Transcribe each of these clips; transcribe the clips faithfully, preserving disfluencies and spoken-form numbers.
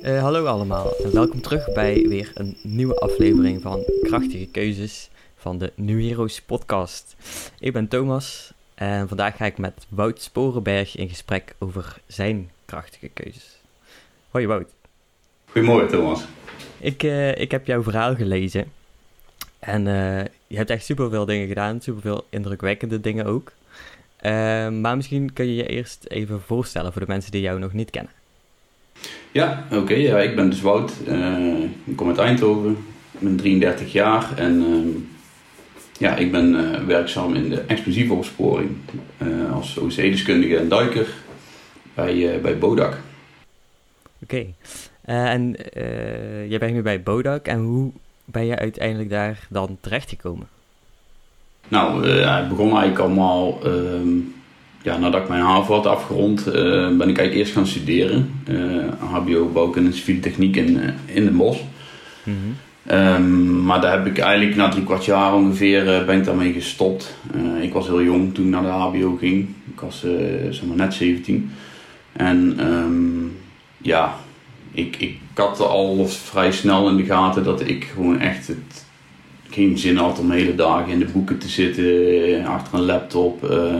Uh, hallo allemaal en welkom terug bij weer een nieuwe aflevering van Krachtige Keuzes van de New Heroes podcast. Ik ben Thomas en vandaag ga ik met Wout Sporenberg in gesprek over zijn krachtige keuzes. Hoi Wout. Goedemorgen Thomas. Ik, uh, ik heb jouw verhaal gelezen en uh, je hebt echt superveel dingen gedaan, superveel indrukwekkende dingen ook. Uh, maar misschien kun je je eerst even voorstellen voor de mensen die jou nog niet kennen. Ja, oké. Okay, ja, ik ben dus Wout. Uh, ik kom uit Eindhoven. Ik ben drieëndertig jaar en uh, ja, ik ben uh, werkzaam in de explosieve opsporing uh, als O C-deskundige en duiker bij, uh, bij Bodak. Oké. Okay. Uh, en uh, jij bent nu bij Bodak en hoe ben je uiteindelijk daar dan terechtgekomen? Nou, uh, het begon eigenlijk allemaal... Uh, Ja, nadat ik mijn H A V O had afgerond, uh, ben ik eigenlijk eerst gaan studeren. Uh, H B O bouwkunde en civiele techniek in, uh, in Den Bosch. Mm-hmm. Um, maar daar heb ik eigenlijk na drie kwart jaar ongeveer uh, ben ik daarmee gestopt. Uh, ik was heel jong toen ik naar de H B O ging. Ik was uh, zeg maar net zeventien. En um, ja, ik, ik had al vrij snel in de gaten dat ik gewoon echt het, geen zin had om hele dagen in de boeken te zitten, achter een laptop. Uh,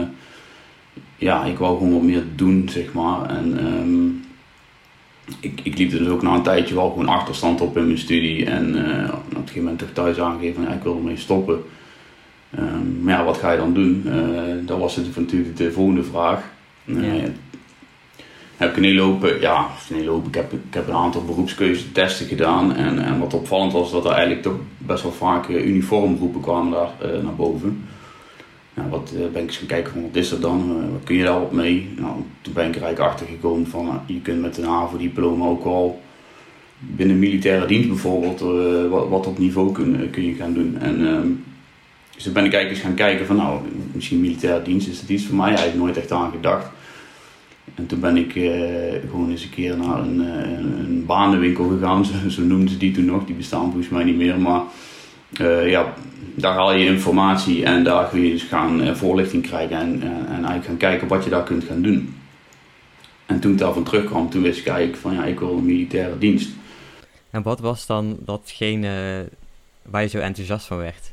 Ja, ik wou gewoon wat meer doen, zeg maar. En um, ik, ik liep er dus ook na een tijdje wel gewoon achterstand op in mijn studie. En uh, op een gegeven moment toch thuis aangegeven van ja, ik wil ermee stoppen. Um, maar ja, wat ga je dan doen? Uh, dat was het natuurlijk de volgende vraag. Uh, ja. Heb ik een hele hoop, ja, een hele hoop, ik heb, ik heb een aantal beroepskeuzetesten gedaan. En, en wat opvallend was, dat er eigenlijk toch best wel vaak uh, uniformberoepen kwamen daar uh, naar boven. Nou, wat uh, ben ik eens gaan kijken van wat is er dan, uh, wat kun je daar op mee? Nou, toen ben ik er eigenlijk achter gekomen van uh, je kunt met een H A V O-diploma ook wel binnen militaire dienst bijvoorbeeld uh, wat, wat op niveau kun, kun je gaan doen. En, uh, dus toen ben ik eigenlijk eens gaan kijken van nou, misschien militaire dienst is het iets voor mij, eigenlijk nooit echt aan gedacht. En toen ben ik uh, gewoon eens een keer naar een, uh, een banenwinkel gegaan, zo, zo noemden ze die toen nog, die bestaan volgens mij niet meer, maar uh, ja... Daar haal je informatie en daar kun je dus gaan uh, voorlichting krijgen en, uh, en eigenlijk gaan kijken wat je daar kunt gaan doen. En toen ik daarvan terugkwam, toen wist ik eigenlijk van ja, ik wil een militaire dienst. En wat was dan datgene waar je zo enthousiast van werd?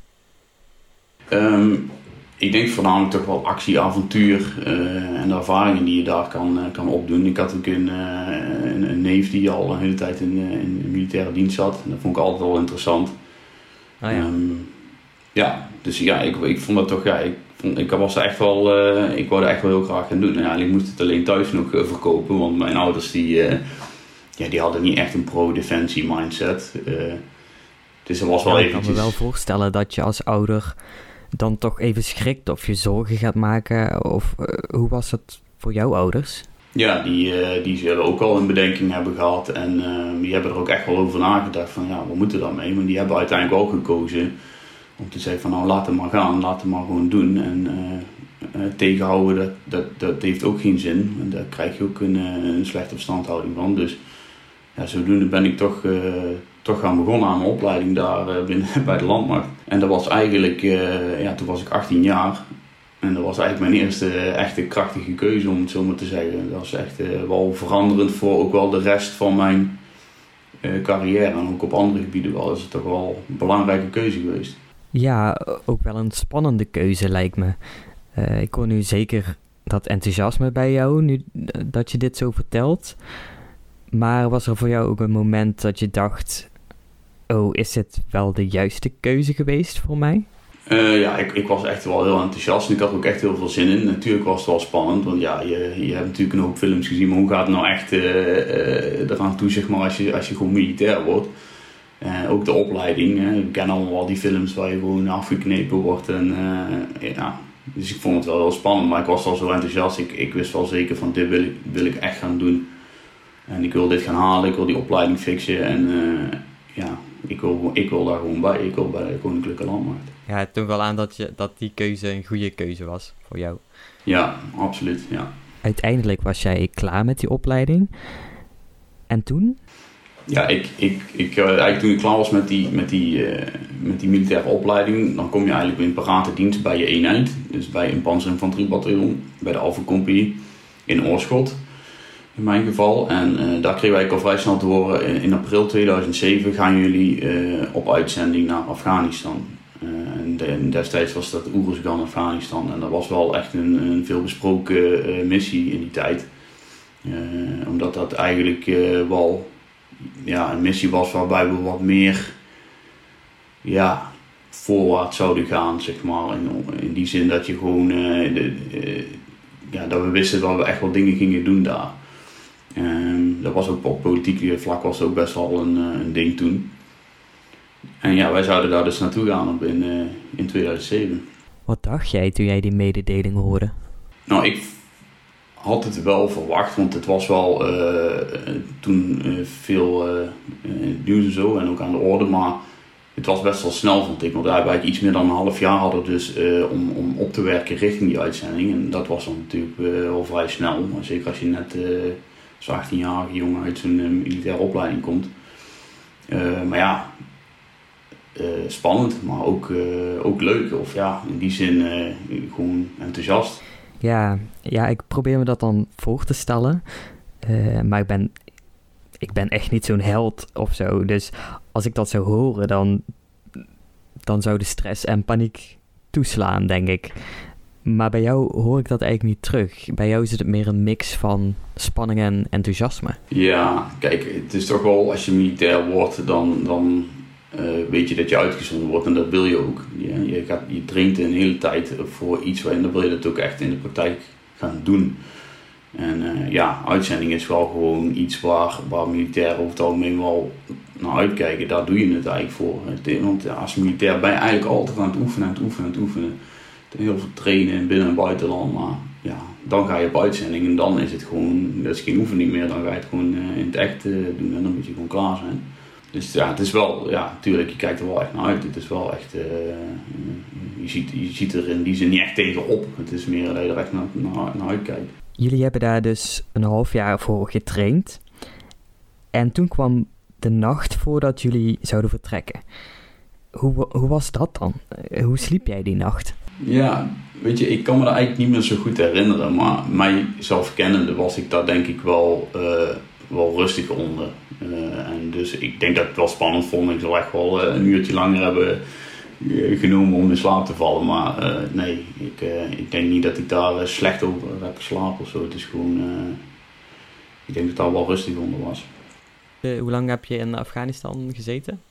Um, ik denk voornamelijk toch wel actie, avontuur uh, en de ervaringen die je daar kan, uh, kan opdoen. Ik had ook een, uh, een, een neef die al een hele tijd in, uh, in militaire dienst zat. En dat vond ik altijd wel interessant. Oh ja. Um, Ja, dus ja, ik, ik vond dat toch, ja, ik, vond, ik was er echt wel, uh, ik wou dat echt wel heel graag gaan doen. En ja, ik moest het alleen thuis nog uh, verkopen, want mijn ouders die, uh, ja, die hadden niet echt een pro-defensie mindset. Uh, dus dat was wel ja, eventjes... Ik kan me wel voorstellen dat je als ouder dan toch even schrikt of je zorgen gaat maken. Of uh, hoe was het voor jouw ouders? Ja, die, uh, die zullen ook al een bedenking hebben gehad en uh, die hebben er ook echt wel over nagedacht van ja, we moeten daarmee. Maar die hebben uiteindelijk wel gekozen om te zeggen van nou laat het maar gaan, laat het maar gewoon doen. En uh, uh, tegenhouden, dat, dat, dat heeft ook geen zin. En daar krijg je ook een, een slechte verstandhouding van. Dus ja, zodoende ben ik toch, uh, toch gaan begonnen aan mijn opleiding daar uh, binnen bij de landmacht. En dat was eigenlijk, uh, ja, toen was ik achttien jaar. En dat was eigenlijk mijn eerste uh, echte krachtige keuze om het zo maar te zeggen. Dat was echt uh, wel veranderend voor ook wel de rest van mijn uh, carrière. En ook op andere gebieden wel is het toch wel een belangrijke keuze geweest. Ja, ook wel een spannende keuze lijkt me. Uh, ik hoor nu zeker dat enthousiasme bij jou, nu dat je dit zo vertelt. Maar was er voor jou ook een moment dat je dacht, oh, is dit wel de juiste keuze geweest voor mij? Uh, ja, ik, ik was echt wel heel enthousiast en ik had ook echt heel veel zin in. Natuurlijk was het wel spannend, want ja, je, je hebt natuurlijk een hoop films gezien, maar hoe gaat het nou echt uh, uh, eraan toe, zeg maar, als je, als je gewoon militair wordt? Uh, ook de opleiding, hè. We kennen allemaal wel die films waar je gewoon afgeknepen wordt. En, uh, ja. Dus ik vond het wel heel spannend, maar ik was al zo enthousiast. Ik, ik wist wel zeker van dit wil ik, wil ik echt gaan doen. En ik wil dit gaan halen, ik wil die opleiding fixen. En uh, ja, ik wil, ik wil daar gewoon bij. Ik wil bij de Koninklijke Landmacht. Ja, het toont wel aan dat, je, dat die keuze een goede keuze was voor jou. Ja, absoluut, ja. Uiteindelijk was jij klaar met die opleiding. En toen? Ja, ik, ik, ik, uh, eigenlijk toen ik klaar was met die, met, die, uh, met die militaire opleiding, dan kom je eigenlijk in parate dienst bij je eenheid. Dus bij een panzerinfanteriebataljon, bij de Alpha Compagnie in Oorschot. in mijn geval. En uh, daar kregen wij al vrij snel te horen, in, in april tweeduizend zeven gaan jullie uh, op uitzending naar Afghanistan. Uh, en, de, en destijds was dat Uruzgan, Afghanistan. En dat was wel echt een, een veelbesproken uh, missie in die tijd. Uh, omdat dat eigenlijk uh, wel ja, een missie was waarbij we wat meer ja, voorwaarts zouden gaan, zeg maar. In, in die zin dat je gewoon uh, de, uh, ja, dat we wisten dat we echt wel dingen gingen doen daar. Um, dat was ook op politiek vlak was ook best wel een, een ding toen. En ja, wij zouden daar dus naartoe gaan op in, uh, in tweeduizend zeven. Wat dacht jij toen jij die mededeling hoorde? Nou, ik had het wel verwacht, want het was wel uh, toen uh, veel uh, uh, nieuws en zo en ook aan de orde, maar het was best wel snel, vond ik. Want daar hebben we iets meer dan een half jaar hadden dus uh, om, om op te werken richting die uitzending. En dat was dan natuurlijk uh, wel vrij snel, maar zeker als je net uh, zo'n achttienjarige jongen uit zo'n uh, militaire opleiding komt. Uh, maar ja, uh, spannend, maar ook, uh, ook leuk. Of ja, in die zin uh, gewoon enthousiast. Ja, ja, ik probeer me dat dan voor te stellen. Uh, maar ik ben, ik ben echt niet zo'n held of zo. Dus als ik dat zou horen, dan, dan zou de stress en paniek toeslaan, denk ik. Maar bij jou hoor ik dat eigenlijk niet terug. Bij jou is het meer een mix van spanning en enthousiasme. Ja, kijk, het is toch wel, als je militair wordt, dan, dan uh, weet je dat je uitgezonden wordt. En dat wil je ook. Je, je, gaat, je traint een hele tijd voor iets en dan wil je dat ook echt in de praktijk gaan doen. En uh, ja, uitzending is wel gewoon iets waar, waar militairen over het algemeen wel naar uitkijken. Daar doe je het eigenlijk voor. Want als militair ben je eigenlijk altijd aan het oefenen, aan het oefenen, aan het oefenen. Heel veel trainen in binnen- en buitenland, maar ja, dan ga je op uitzending en dan is het gewoon, dat is geen oefening meer, dan ga je het gewoon uh, in het echt uh, doen en dan moet je gewoon klaar zijn. Dus ja, het is wel, ja, natuurlijk, je kijkt er wel echt naar uit. Het is wel echt, uh, je, ziet, je ziet er in die zin niet echt tegenop. Het is meer dat je er echt naar, naar, naar uitkijkt. Jullie hebben daar dus een half jaar voor getraind. En toen kwam de nacht voordat jullie zouden vertrekken. Hoe, hoe was dat dan? Hoe sliep jij die nacht? Ja, weet je, ik kan me dat eigenlijk niet meer zo goed herinneren. Maar mijzelf kennende was ik daar denk ik wel, uh, wel rustig onder. Uh, en dus ik denk dat ik het wel spannend vond. Ik zou echt wel uh, een uurtje langer hebben uh, genomen om in slaap te vallen. Maar uh, nee, ik, uh, ik denk niet dat ik daar uh, slecht over heb geslapen of zo. Het is gewoon, uh, ik denk dat ik daar wel rustig onder was. Uh, hoe lang heb je in Afghanistan gezeten?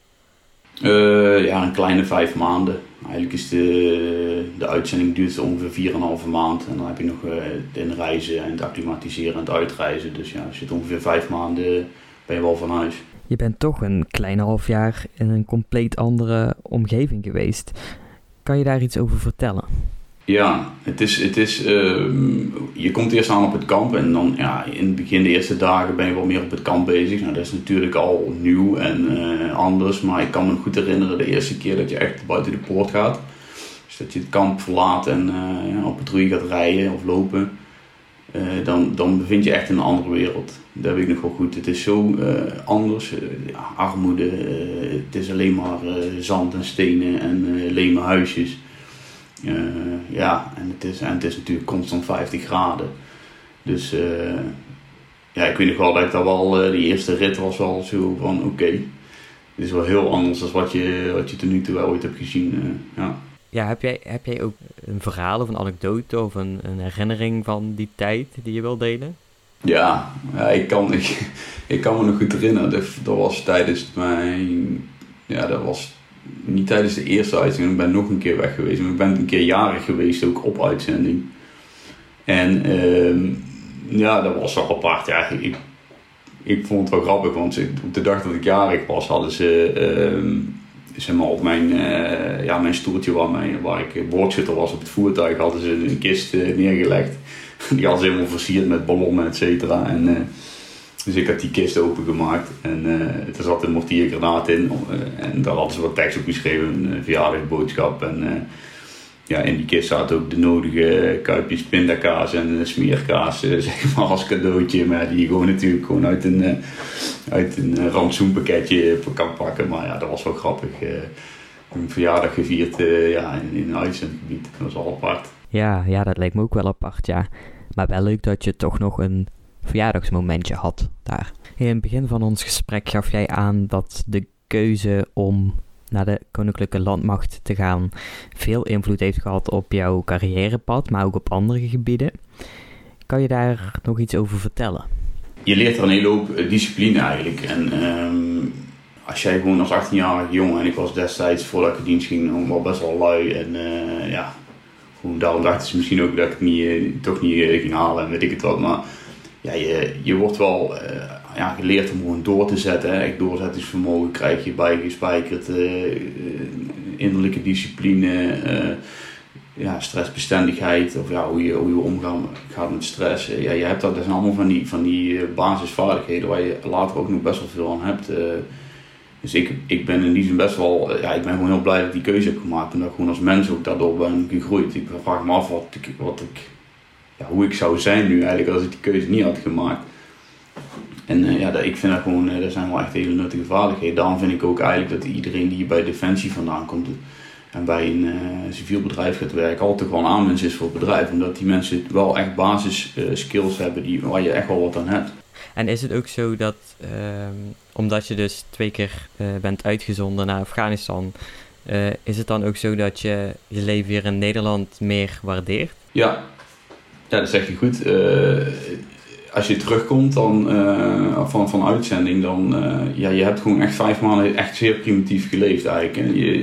Uh, ja, een kleine vijf maanden. Eigenlijk is de, de uitzending duurt ongeveer vier en een halve maand. En dan heb je nog uh, het inreizen en het acclimatiseren en het uitreizen. Dus ja, als je het ongeveer vijf maanden ben je wel van huis. Je bent toch een klein half jaar in een compleet andere omgeving geweest. Kan je daar iets over vertellen? Ja, het is, het is, uh, je komt eerst aan op het kamp en dan ja, in het begin de eerste dagen ben je wel meer op het kamp bezig. Nou, dat is natuurlijk al nieuw en uh, anders, maar ik kan me goed herinneren de eerste keer dat je echt buiten de poort gaat. Dus dat je het kamp verlaat en uh, ja, op patrouille gaat rijden of lopen. Uh, dan, dan bevind je echt in een andere wereld. Dat weet ik nog wel goed. Het is zo uh, anders. Uh, ja, armoede, uh, het is alleen maar uh, zand en stenen en uh, leme huisjes. Uh, ja, en het, is, en het is natuurlijk constant vijftig graden. Dus uh, ja, ik weet nog wel dat ik dat wel, uh, die eerste rit was wel zo van oké. Okay, dit is wel heel anders dan wat je, wat je tot nu toe wel ooit hebt gezien. Uh, ja. Ja, heb jij, heb jij ook een verhaal of een anekdote of een, een herinnering van die tijd die je wil delen? Ja, ja ik, kan, ik, ik kan me nog goed herinneren. Dat, dat was tijdens mijn... Ja, dat was niet tijdens de eerste uitzending. Ik ben nog een keer weg geweest. Maar ik ben een keer jarig geweest, ook op uitzending. En uh, ja, dat was wel apart. Ja, ik, ik vond het wel grappig, want op de dag dat ik jarig was, hadden ze... Uh, zeg maar op mijn, uh, ja, mijn stoeltje waar, mijn, waar ik boordschutter was op het voertuig, hadden ze een kist uh, neergelegd. Die hadden ze helemaal versierd met ballonnen, et cetera. En, uh, dus ik had die kist opengemaakt en uh, er zat een mortiergranaat in. Uh, en daar hadden ze wat tekst op geschreven, een uh, verjaardagsboodschap. En uh, ja, in die kist zaten ook de nodige kuipjes pindakaas en uh, smeerkaas, uh, zeg maar, als cadeautje. Maar die je gewoon natuurlijk gewoon uit een, uh, uit een uh, rantsoenpakketje kan pakken. Maar ja, dat was wel grappig. Uh, een verjaardag gevierd uh, ja, in, in een uitzendgebied. Dat was wel apart. Ja, ja, dat lijkt me ook wel apart, ja. Maar wel leuk dat je toch nog een verjaardagsmomentje had daar. In het begin van ons gesprek gaf jij aan dat de keuze om naar de Koninklijke Landmacht te gaan veel invloed heeft gehad op jouw carrièrepad, maar ook op andere gebieden. Kan je daar nog iets over vertellen? Je leert er een hele hoop discipline eigenlijk. En um, als jij gewoon als achttienjarige jongen, en ik was destijds voordat ik in dienst ging wel best wel lui en uh, ja, gewoon daarom dachten ze misschien ook dat ik het niet, uh, toch niet uh, ging halen en weet ik het wat. Maar ja, je, je wordt wel uh, ja, geleerd om gewoon door te zetten. Hè. Echt doorzettingsvermogen krijg je bijgespijkerd, uh, uh, innerlijke discipline, uh, ja, stressbestendigheid, of ja, hoe je, hoe je omgaat met stress. Uh, ja, je hebt dat, dat zijn allemaal van die, van die uh, basisvaardigheden waar je later ook nog best wel veel aan hebt. Uh, dus ik, ik ben in die zin best wel, uh, ja, ik ben gewoon heel blij dat ik die keuze heb gemaakt en dat ik gewoon als mens ook daardoor ben gegroeid. Ik vraag me af wat ik, wat ik Ja, hoe ik zou zijn nu eigenlijk als ik die keuze niet had gemaakt. En uh, ja, dat, ik vind dat gewoon, uh, dat zijn wel echt hele nuttige vaardigheden. Daarom vind ik ook eigenlijk dat iedereen die bij Defensie vandaan komt en bij een uh, civiel bedrijf gaat werken, altijd gewoon aanwinst is voor het bedrijf. Omdat die mensen wel echt basis uh, skills hebben die, waar je echt wel wat aan hebt. En is het ook zo dat, uh, omdat je dus twee keer uh, bent uitgezonden naar Afghanistan, uh, is het dan ook zo dat je je leven hier in Nederland meer waardeert? Ja. Ja, dat zeg je goed. Uh, als je terugkomt dan, uh, van, van uitzending, dan uh, ja, je hebt gewoon echt vijf maanden echt zeer primitief geleefd eigenlijk. En je,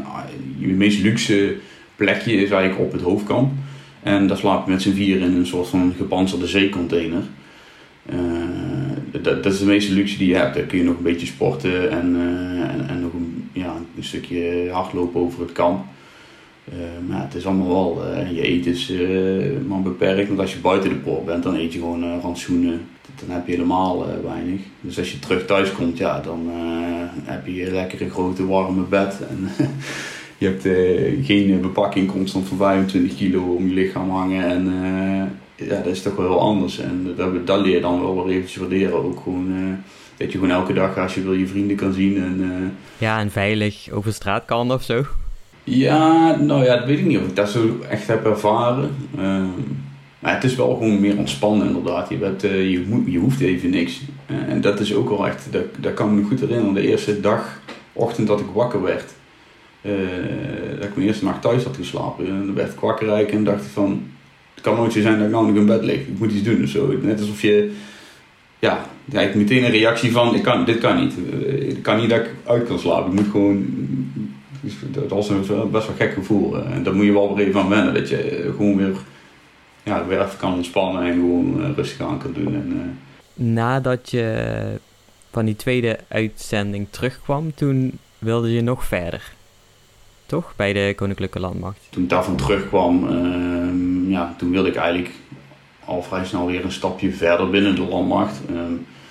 je meest luxe plekje is eigenlijk op het hoofdkamp. En daar slaap je met z'n vier in een soort van gepantserde zeecontainer. Uh, dat, dat is de meeste luxe die je hebt. Daar kun je nog een beetje sporten en, uh, en, en nog een, ja, een stukje hardlopen over het kamp. Uh, maar het is allemaal wel, uh, je eten is uh, maar beperkt, want als je buiten de poort bent, dan eet je gewoon uh, rantsoenen. Dan heb je helemaal uh, weinig. Dus als je terug thuis komt, ja, dan uh, heb je een lekkere grote warme bed. En je hebt uh, geen bepakking constant van vijfentwintig kilo om je lichaam hangen. En uh, ja, dat is toch wel heel anders. En dat, dat leer je dan wel weer eventjes waarderen. Ook gewoon, uh, dat je gewoon elke dag als je wil je vrienden kan zien. En, uh, ja, en veilig over straat kan of zo. Ja, nou ja, dat weet ik niet of ik dat zo echt heb ervaren. Uh, maar het is wel gewoon meer ontspannen inderdaad. Je, bent, uh, je, moet, je hoeft even niks. Uh, en dat is ook wel echt, dat, dat kan me goed herinneren. De eerste dag, ochtend dat ik wakker werd. Uh, dat ik mijn eerste nacht thuis had geslapen. En dan werd ik wakker eigenlijk en dacht ik van, het kan nooit zo zijn dat ik nou nog in bed lig. Ik moet iets doen of zo. Net alsof je, ja, eigenlijk meteen een reactie van, ik kan, dit kan niet. Uh, ik kan niet dat ik uit kan slapen. Ik moet gewoon... Dus dat was een best wel gek gevoel. En daar moet je wel weer even aan wennen. Dat je gewoon weer, ja, weer even kan ontspannen en gewoon rustig aan kan doen. En, uh... Nadat je van die tweede uitzending terugkwam, toen wilde je nog verder. Toch? Bij de Koninklijke Landmacht. Toen ik daarvan terugkwam, uh, ja, toen wilde ik eigenlijk al vrij snel weer een stapje verder binnen de landmacht. Uh,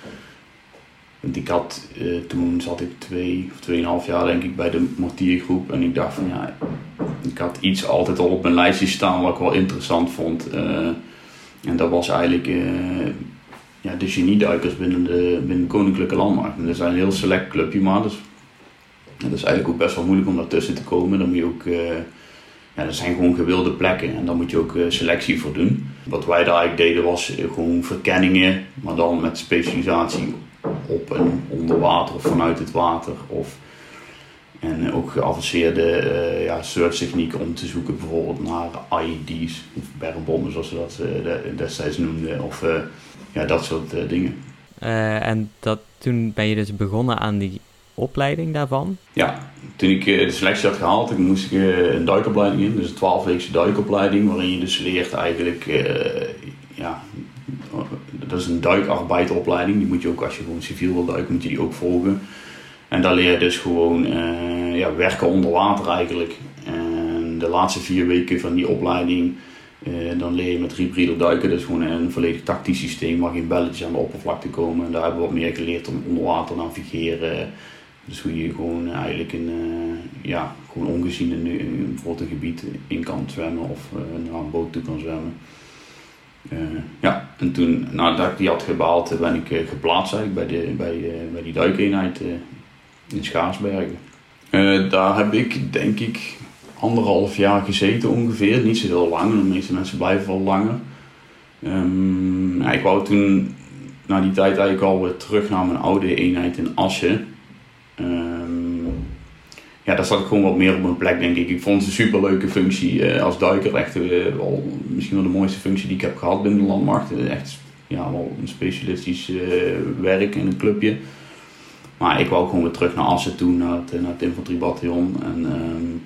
Want ik had, uh, toen zat ik twee of tweeënhalf jaar denk ik bij de mortiergroep en ik dacht van ja, ik had iets altijd al op mijn lijstje staan wat ik wel interessant vond. Uh, en dat was eigenlijk uh, ja, de genieduikers binnen de, binnen de Koninklijke Landmacht. En dat is een heel select clubje, maar dus, dat is eigenlijk ook best wel moeilijk om daartussen te komen. Dan moet je ook, uh, ja, dat zijn gewoon gewilde plekken en daar moet je ook uh, selectie voor doen. Wat wij daar eigenlijk deden was uh, gewoon verkenningen, maar dan met specialisatie op en onder water of vanuit het water. Of, en ook geavanceerde uh, ja, searchtechnieken om te zoeken bijvoorbeeld naar I E D's of bergbommen zoals ze dat uh, destijds noemden. Of uh, ja, dat soort uh, dingen. Uh, en dat, toen ben je dus begonnen aan die opleiding daarvan? Ja, toen ik uh, de selectie had gehaald, toen moest ik uh, een duikopleiding in. Dus een twaalfweekse duikopleiding waarin je dus leert eigenlijk... Uh, ja, dat is een duikarbeideropleiding. Die moet je ook, als je gewoon civiel wil duiken, moet je die ook volgen. En daar leer je dus gewoon uh, ja, werken onder water eigenlijk. En de laatste vier weken van die opleiding, uh, dan leer je met rebreather duiken. Dat is gewoon een volledig tactisch systeem waar geen belletjes aan de oppervlakte komen. En daar hebben we wat meer geleerd om onder water te navigeren. Dus hoe je gewoon eigenlijk in, uh, ja, gewoon ongezien in, in bijvoorbeeld een gebied in kan zwemmen of uh, naar een boot toe kan zwemmen. Uh, ja, en toen, nadat ik die had gebehaald, ben ik uh, geplaatst eigenlijk bij, de, bij, uh, bij die duikeenheid uh, in Schaarsbergen. Uh, daar heb ik, denk ik, anderhalf jaar gezeten ongeveer. Niet zo heel lang, de meeste mensen blijven wel langer. Um, ja, ik wou toen na die tijd eigenlijk al weer terug naar mijn oude eenheid in Assen. Um, ja, daar zat ik gewoon wat meer op mijn plek, denk ik. Ik vond het een superleuke functie uh, als duiker. Echt uh, wel, misschien wel de mooiste functie die ik heb gehad binnen de landmacht. Uh, echt ja, wel een specialistisch uh, werk in een clubje. Maar ik wou gewoon weer terug naar Assen toe, naar het, naar het infanteriebataljon. En um,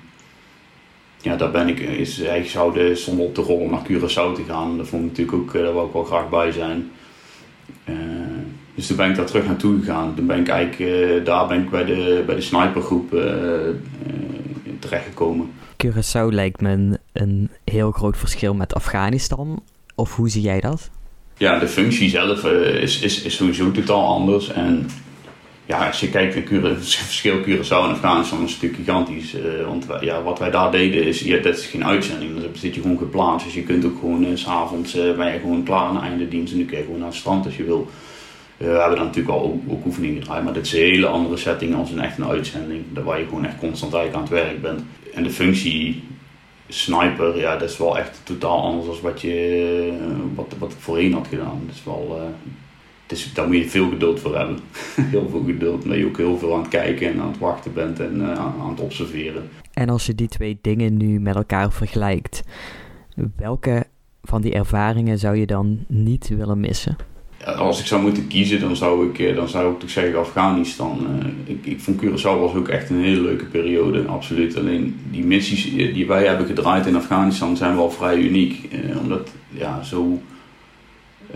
ja, daar ben ik, is eigenlijk zouden zonder op de rol om naar Curaçao te gaan. Dat vond ik natuurlijk ook, daar wou ik wel graag bij zijn. Uh, dus toen ben ik daar terug naartoe gegaan. Toen ben ik eigenlijk, uh, daar ben ik bij de, bij de snipergroep uh, uh, terechtgekomen. Curaçao lijkt me een, een heel groot verschil met Afghanistan. Of hoe zie jij dat? Ja, de functie zelf uh, is, is, is sowieso totaal anders. En ja, als je kijkt naar Cura- het verschil Curaçao en Afghanistan is natuurlijk gigantisch. Uh, want wij, ja, wat wij daar deden is, ja, dat is geen uitzending. Dan zit je gewoon geplaatst. Dus je kunt ook gewoon uh, 's avonds uh, ben je gewoon klaar aan het einde dienst. En dan kun je gewoon naar het strand als je wil. Uh, we hebben dan natuurlijk al ook, ook oefeningen gedraaid. Maar dit is een hele andere setting als een echt een uitzending. Daar waar je gewoon echt constant eigenlijk aan het werk bent. En de functie sniper, ja, dat is wel echt totaal anders dan wat, je, uh, wat, wat ik voorheen had gedaan. Dat is wel... Uh, Dus daar moet je veel geduld voor hebben. Heel veel geduld, omdat je ook heel veel aan het kijken en aan het wachten bent en uh, aan het observeren. En als je die twee dingen nu met elkaar vergelijkt, welke van die ervaringen zou je dan niet willen missen? Ja, als ik zou moeten kiezen, dan zou ik, dan zou ik toch zeggen Afghanistan. Uh, ik, ik vond Curaçao was ook echt een hele leuke periode, absoluut. Alleen die missies die wij hebben gedraaid in Afghanistan zijn wel vrij uniek. Uh, omdat, ja, zo... Uh,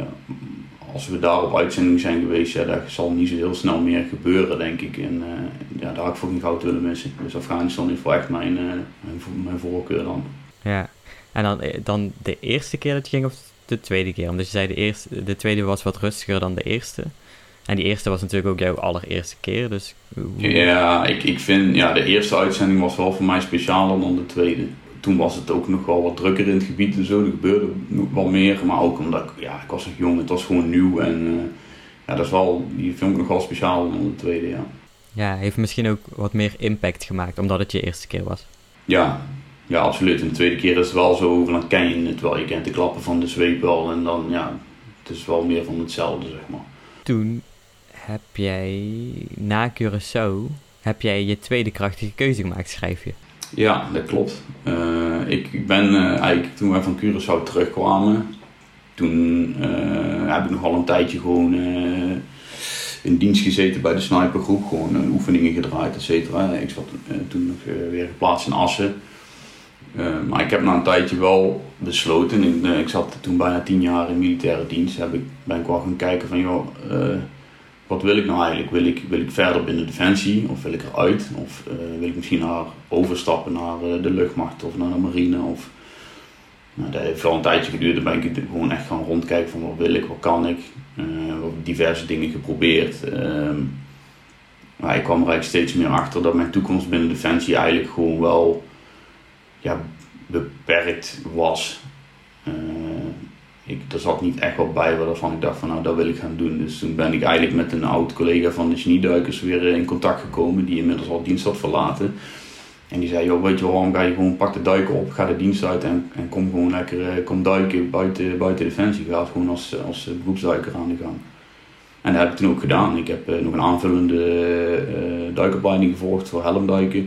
Als we daar op uitzending zijn geweest, ja, dat zal niet zo heel snel meer gebeuren, denk ik. En uh, ja, daar had ik voor geen goud willen missen. Dus Afghanistan is wel echt mijn, uh, mijn, mijn voorkeur dan. Ja, en dan, dan de eerste keer dat je ging of de tweede keer? Omdat je zei de, eerste, de tweede was wat rustiger dan de eerste. En die eerste was natuurlijk ook jouw allereerste keer, dus... Hoe... Ja, ik, ik vind, ja, de eerste uitzending was wel voor mij specialer dan de tweede. Toen was het ook nog wel wat drukker in het gebied en zo. Er gebeurde nog wel meer. Maar ook omdat ik, ja, ik was nog jong. Het was gewoon nieuw. En uh, ja, dat is wel, die film nog wel speciaal dan de tweede, ja. Ja, heeft misschien ook wat meer impact gemaakt. Omdat het je eerste keer was. Ja, ja, absoluut. En de tweede keer is het wel zo. Dan ken je het wel. Je kent de klappen van de zweep wel. En dan, ja, het is wel meer van hetzelfde, zeg maar. Toen heb jij, na Curaçao, heb jij je tweede krachtige keuze gemaakt, schrijf je. Ja, dat klopt. Uh, ik, ik ben uh, eigenlijk, toen wij van Curaçao terugkwamen, toen uh, heb ik nog wel een tijdje gewoon uh, in dienst gezeten bij de snipergroep, gewoon uh, oefeningen gedraaid, et cetera. Ik zat uh, toen nog uh, weer geplaatst in Assen. Uh, maar ik heb na een tijdje wel besloten, ik, uh, ik zat toen bijna tien jaar in militaire dienst, heb ik, ben ik wel gaan kijken van joh, uh, wat wil ik nou eigenlijk? Wil ik, wil ik verder binnen Defensie of wil ik eruit? Of uh, wil ik misschien naar overstappen naar uh, de luchtmacht of naar de marine? Of, nou, dat heeft wel een tijdje geduurd. Dan ben ik gewoon echt gaan rondkijken van wat wil ik, wat kan ik? Uh, diverse dingen geprobeerd. Uh, maar ik kwam er eigenlijk steeds meer achter dat mijn toekomst binnen Defensie eigenlijk gewoon wel ja, beperkt was. Uh, Ik, er zat niet echt wat bij waarvan ik dacht van nou dat wil ik gaan doen. Dus toen ben ik eigenlijk met een oud collega van de genieduikers weer in contact gekomen. Die inmiddels al dienst had verlaten. En die zei joh weet je waarom ga je gewoon pak de duiken op. Ga de dienst uit en, en kom gewoon lekker uh, kom duiken buiten, buiten Defensie. Ga gewoon als, als beroepsduiker aan de gang. En dat heb ik toen ook gedaan. Ik heb uh, nog een aanvullende uh, duikopleiding gevolgd voor helmduiken.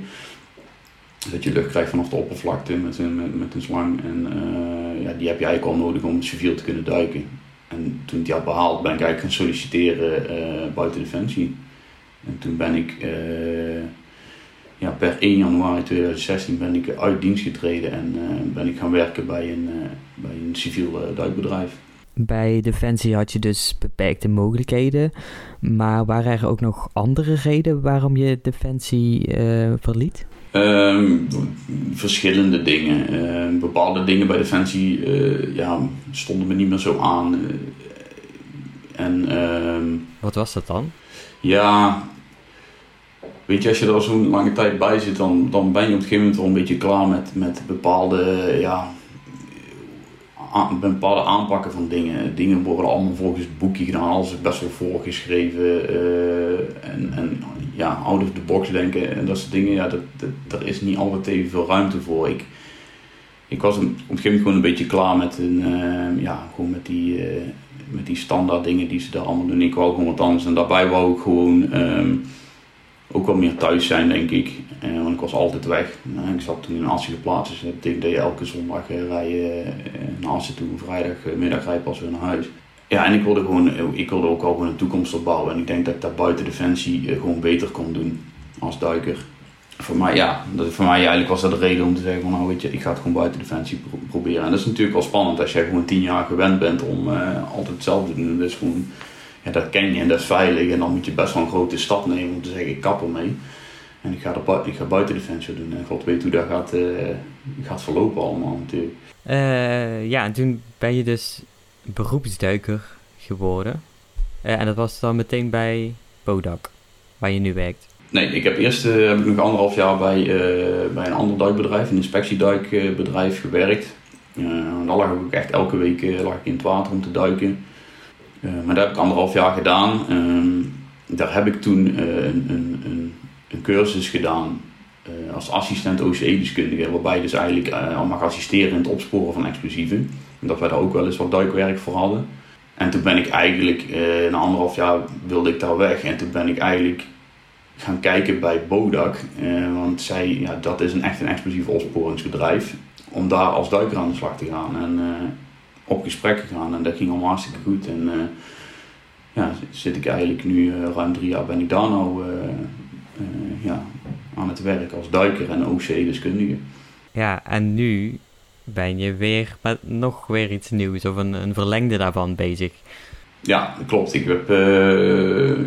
Dat je lucht krijgt vanaf de oppervlakte met een, met, met een slang. En uh, ja, die heb je eigenlijk al nodig om civiel te kunnen duiken. En toen ik die had behaald ben ik eigenlijk gaan solliciteren uh, buiten Defensie. En toen ben ik uh, ja, per één januari tweeduizend zestien ben ik uit dienst getreden. En uh, ben ik gaan werken bij een, uh, bij een civiel uh, duikbedrijf. Bij Defensie had je dus beperkte mogelijkheden. Maar waren er ook nog andere redenen waarom je Defensie uh, verliet? Um, verschillende dingen. Uh, bepaalde dingen bij Defensie uh, ja, stonden me niet meer zo aan. Uh, en, uh, Wat was dat dan? Ja, weet je, als je er al zo'n lange tijd bij zit, dan, dan ben je op een gegeven moment wel een beetje klaar met, met bepaalde, ja, aan, bepaalde aanpakken van dingen. Dingen worden allemaal volgens het boekje gedaan, alles is best wel voorgeschreven. Uh, en, en ja, out of the box denken en dat soort dingen, ja, dat, dat, daar is niet altijd even veel ruimte voor. Ik, ik was op een gegeven moment gewoon een beetje klaar met, een, uh, ja, gewoon met, die, uh, met die standaard dingen die ze daar allemaal doen. Ik wou gewoon wat anders en daarbij wou ik gewoon um, ook wel meer thuis zijn, denk ik. Uh, want ik was altijd weg. Uh, ik zat toen in Assen geplaatst, dus dat betekent dat je elke zondag uh, rij je uh, naar Assen toe. Vrijdagmiddag rij je pas weer naar huis. Ja, en ik wilde, gewoon, ik wilde ook al gewoon een toekomst opbouwen. En ik denk dat ik dat buiten Defensie uh, gewoon beter kon doen als duiker. Voor mij, ja, dat, voor mij eigenlijk was dat de reden om te zeggen van nou weet je, ik ga het gewoon buiten Defensie pro- proberen. En dat is natuurlijk wel spannend als jij gewoon tien jaar gewend bent om uh, altijd hetzelfde te doen. Dat is gewoon, ja, dat ken je en dat is veilig. En dan moet je best wel een grote stap nemen om te zeggen ik kap ermee. En ik ga, er, ik ga buiten Defensie doen. En God weet hoe dat gaat, uh, gaat verlopen allemaal natuurlijk. Uh, ja, en toen ben je dus beroepsduiker geworden. Uh, en dat was dan meteen bij Bodak, waar je nu werkt. Nee, ik heb eerst uh, heb ik nog anderhalf jaar bij, uh, bij een ander duikbedrijf, een inspectieduikbedrijf gewerkt. Uh, daar lag ik ook echt elke week uh, lag ik in het water om te duiken. Uh, maar dat heb ik anderhalf jaar gedaan. Uh, daar heb ik toen uh, een, een, een, een cursus gedaan uh, als assistent O C E-deskundige, waarbij je dus eigenlijk uh, al mag assisteren in het opsporen van explosieven. En dat wij daar ook wel eens wat duikwerk voor hadden. En toen ben ik eigenlijk, uh, na anderhalf jaar wilde ik daar weg en toen ben ik eigenlijk gaan kijken bij Bodak, uh, want zij, ja, dat is een echt een explosief opsporingsbedrijf, om daar als duiker aan de slag te gaan en uh, op gesprek te gaan en dat ging allemaal hartstikke goed en uh, ja, zit ik eigenlijk nu uh, ruim drie jaar ben ik daar nou uh, uh, ja, aan het werk als duiker en O C E-deskundige. Ja, en nu ben je weer met nog weer iets nieuws of een, een verlengde daarvan bezig. Ja, dat klopt. Ik heb uh,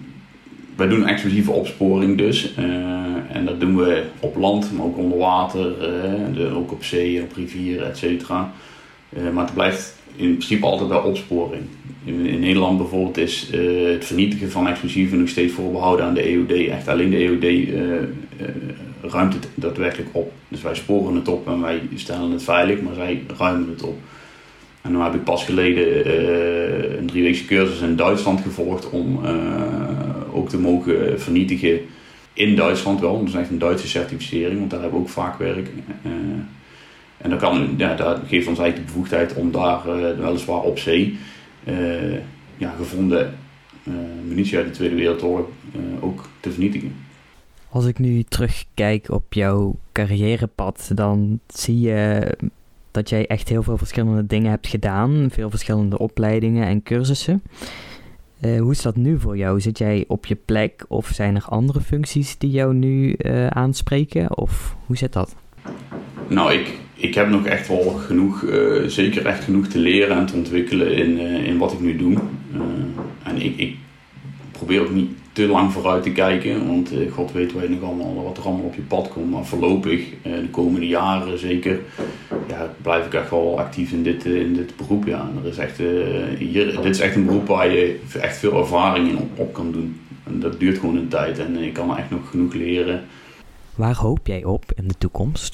wij doen explosieve opsporing dus. Uh, en dat doen we op land, maar ook onder water, uh, de, ook op zee, op rivieren, et cetera. Uh, maar het blijft in principe altijd bij opsporing. In, in Nederland bijvoorbeeld is uh, het vernietigen van explosieven nog steeds voorbehouden aan de E O D. Echt alleen de E O D uh, uh, ruimt het daadwerkelijk op. Dus wij sporen het op en wij stellen het veilig, maar zij ruimen het op. En nu heb ik pas geleden uh, een drieweekse cursus in Duitsland gevolgd om uh, ook te mogen vernietigen in Duitsland wel. Dat is echt een Duitse certificering, want daar hebben we ook vaak werk. Uh, en dat, kan, ja, dat geeft ons eigenlijk de bevoegdheid om daar uh, weliswaar op zee uh, ja, gevonden uh, munitie uit de Tweede Wereldoorlog uh, ook te vernietigen. Als ik nu terugkijk op jouw carrièrepad, dan zie je dat jij echt heel veel verschillende dingen hebt gedaan. Veel verschillende opleidingen en cursussen. Uh, hoe is dat nu voor jou? Zit jij op je plek of zijn er andere functies die jou nu uh, aanspreken? Of hoe zit dat? Nou, ik, ik heb nog echt wel genoeg, uh, zeker echt genoeg te leren en te ontwikkelen in, uh, in wat ik nu doe. Uh, en ik, ik probeer ook niet te lang vooruit te kijken, want uh, God weet weet nog allemaal wat er allemaal op je pad komt. Maar voorlopig, uh, de komende jaren zeker, ja, blijf ik echt wel actief in dit, uh, in dit beroep. Ja. En er is echt, uh, hier, dit is echt een beroep waar je echt veel ervaring in op, op kan doen. En dat duurt gewoon een tijd en uh, ik kan er echt nog genoeg leren. Waar hoop jij op in de toekomst?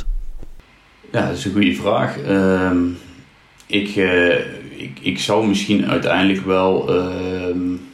Ja, dat is een goede vraag. Uh, ik, uh, ik, ik zou misschien uiteindelijk wel... Uh,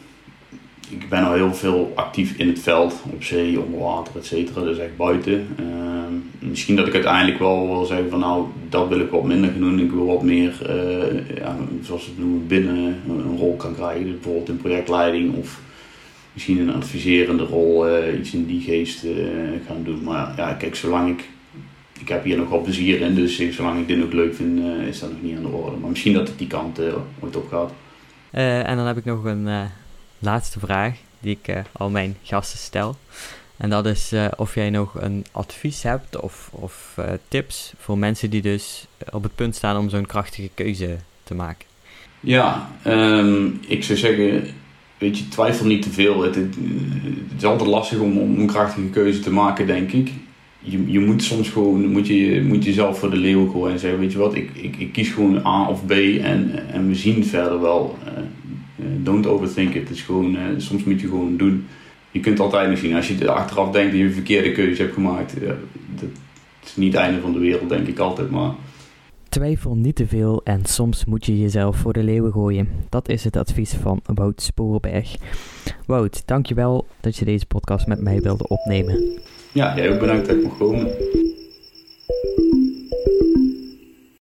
ik ben al heel veel actief in het veld, op zee, onder water, et cetera. Dus echt buiten. Uh, misschien dat ik uiteindelijk wel wil zeggen van nou, dat wil ik wat minder gaan doen. Ik wil wat meer, uh, ja, zoals we het noemen, binnen een rol kan krijgen. Dus bijvoorbeeld in projectleiding of misschien een adviserende rol, uh, iets in die geest uh, gaan doen. Maar ja, kijk, zolang ik... Ik heb hier nog wel plezier in, dus zolang ik dit nog leuk vind, uh, is dat nog niet aan de orde. Maar misschien dat het die kant uh, ooit op gaat. Uh, en dan heb ik nog een uh, laatste vraag die ik uh, al mijn gasten stel. En dat is uh, of jij nog een advies hebt of, of uh, tips voor mensen die dus op het punt staan om zo'n krachtige keuze te maken. Ja, um, ik zou zeggen, weet je, twijfel niet te veel. Het, het, het is altijd lastig om, om een krachtige keuze te maken, denk ik. Je, je moet soms gewoon, moet je, moet jezelf voor de leeuw gooien en zeggen, weet je wat, ik, ik, ik kies gewoon A of B en, en we zien verder wel. Uh, uh, don't overthink it. Het is gewoon, uh, soms moet je gewoon doen. Je kunt altijd nog zien, als je achteraf denkt dat je een verkeerde keuze hebt gemaakt, uh, dat is niet het einde van de wereld, denk ik altijd, maar... Twijfel niet te veel en soms moet je jezelf voor de leeuwen gooien. Dat is het advies van Wout Sporenberg. Wout, dankjewel dat je deze podcast met mij wilde opnemen. Ja, jij ook bedankt dat ik mocht komen.